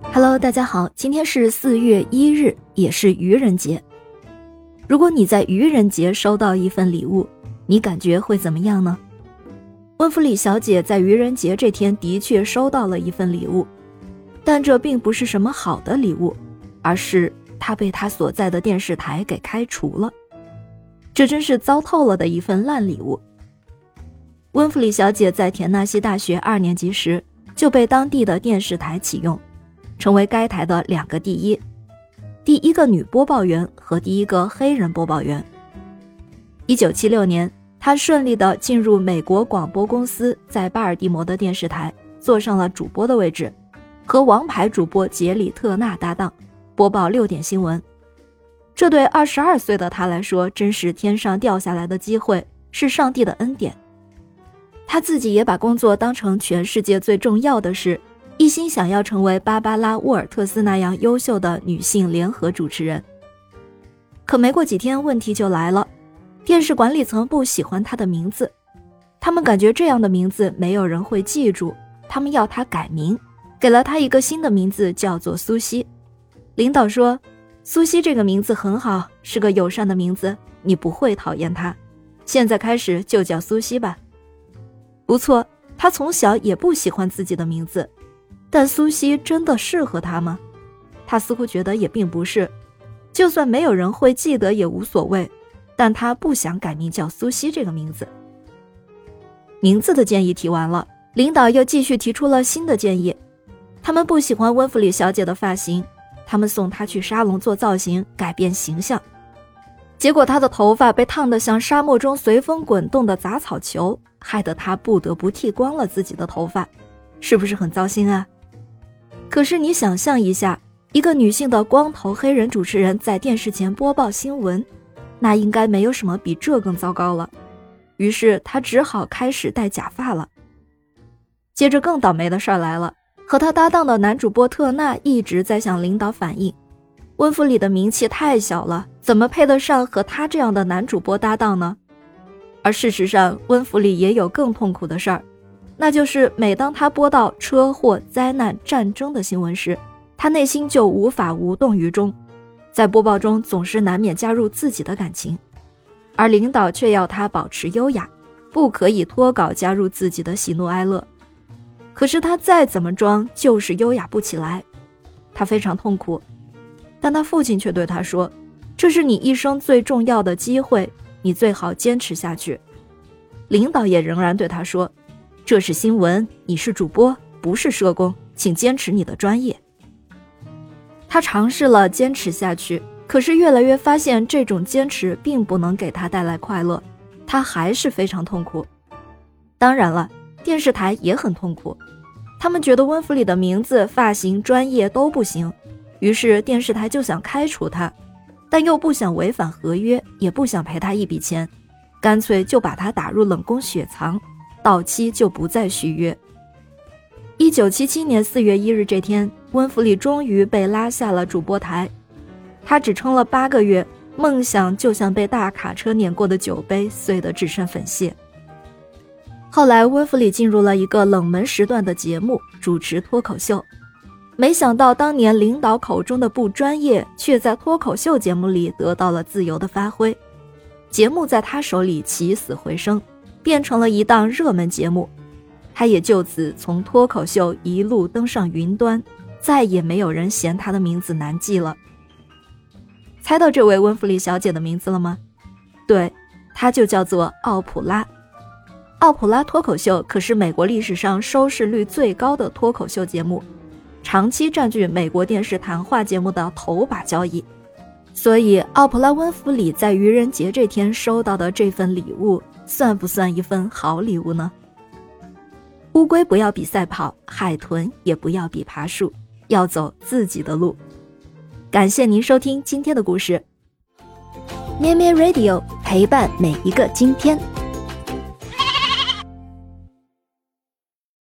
Hello， 大家好，今天是4月1日，也是愚人节。如果你在愚人节收到一份礼物，你感觉会怎么样呢？温弗里小姐在愚人节这天的确收到了一份礼物，但这并不是什么好的礼物，而是她被她所在的电视台给开除了。这真是糟透了的一份烂礼物。温弗里小姐在田纳西大学2年级时就被当地的电视台启用，成为该台的2个第一，第一个女播报员和第一个黑人播报员。1976年，她顺利地进入美国广播公司在巴尔的摩的电视台，坐上了主播的位置，和王牌主播杰里特纳搭档，播报6点新闻。这对22岁的她来说，真是天上掉下来的机会，是上帝的恩典。她自己也把工作当成全世界最重要的事，一心想要成为芭芭拉·沃尔特斯那样优秀的女性联合主持人。可没过几天，问题就来了，电视管理层不喜欢她的名字，他们感觉这样的名字没有人会记住，他们要她改名，给了她一个新的名字，叫做苏西。领导说，苏西这个名字很好，是个友善的名字，你不会讨厌她，现在开始就叫苏西吧。不错，她从小也不喜欢自己的名字，但苏西真的适合她吗？她似乎觉得也并不是，就算没有人会记得也无所谓，但她不想改名叫苏西这个名字。名字的建议提完了，领导又继续提出了新的建议。他们不喜欢温弗里小姐的发型，他们送她去沙龙做造型，改变形象。结果她的头发被烫得像沙漠中随风滚动的杂草球，害得她不得不剃光了自己的头发，是不是很糟心啊？可是你想象一下，一个女性的光头黑人主持人在电视前播报新闻，那应该没有什么比这更糟糕了。于是她只好开始戴假发了。接着更倒霉的事儿来了，和她搭档的男主播特纳一直在向领导反映，温弗里的名气太小了，怎么配得上和他这样的男主播搭档呢？而事实上，温弗里也有更痛苦的事儿，那就是每当他播到车祸、灾难、战争的新闻时，他内心就无法无动于衷，在播报中总是难免加入自己的感情，而领导却要他保持优雅，不可以脱稿加入自己的喜怒哀乐。可是他再怎么装，就是优雅不起来，他非常痛苦。但他父亲却对他说，这是你一生最重要的机会，你最好坚持下去。领导也仍然对他说，这是新闻，你是主播，不是社工，请坚持你的专业。他尝试了坚持下去，可是越来越发现这种坚持并不能给他带来快乐，他还是非常痛苦。当然了，电视台也很痛苦，他们觉得温弗里的名字、发型、专业都不行，于是电视台就想开除他，但又不想违反合约，也不想赔他一笔钱，干脆就把他打入冷宫雪藏，到期就不再续约。1977年4月1日这天，温弗里终于被拉下了主播台。他只撑了8个月，梦想就像被大卡车碾过的酒杯，碎得只剩粉屑。后来温弗里进入了一个冷门时段的节目，主持脱口秀。没想到当年领导口中的不专业，却在脱口秀节目里得到了自由的发挥。节目在他手里起死回生，变成了一档热门节目。他也就此从脱口秀一路登上云端，再也没有人嫌他的名字难记了。猜到这位温弗里小姐的名字了吗？对，她就叫做奥普拉。奥普拉脱口秀可是美国历史上收视率最高的脱口秀节目，长期占据美国电视谈话节目的头把交椅。所以奥普拉·温弗里在愚人节这天收到的这份礼物，算不算一份好礼物呢？乌龟不要比赛跑，海豚也不要比爬树，要走自己的路。感谢您收听今天的故事，咩咩 Radio 陪伴每一个今天。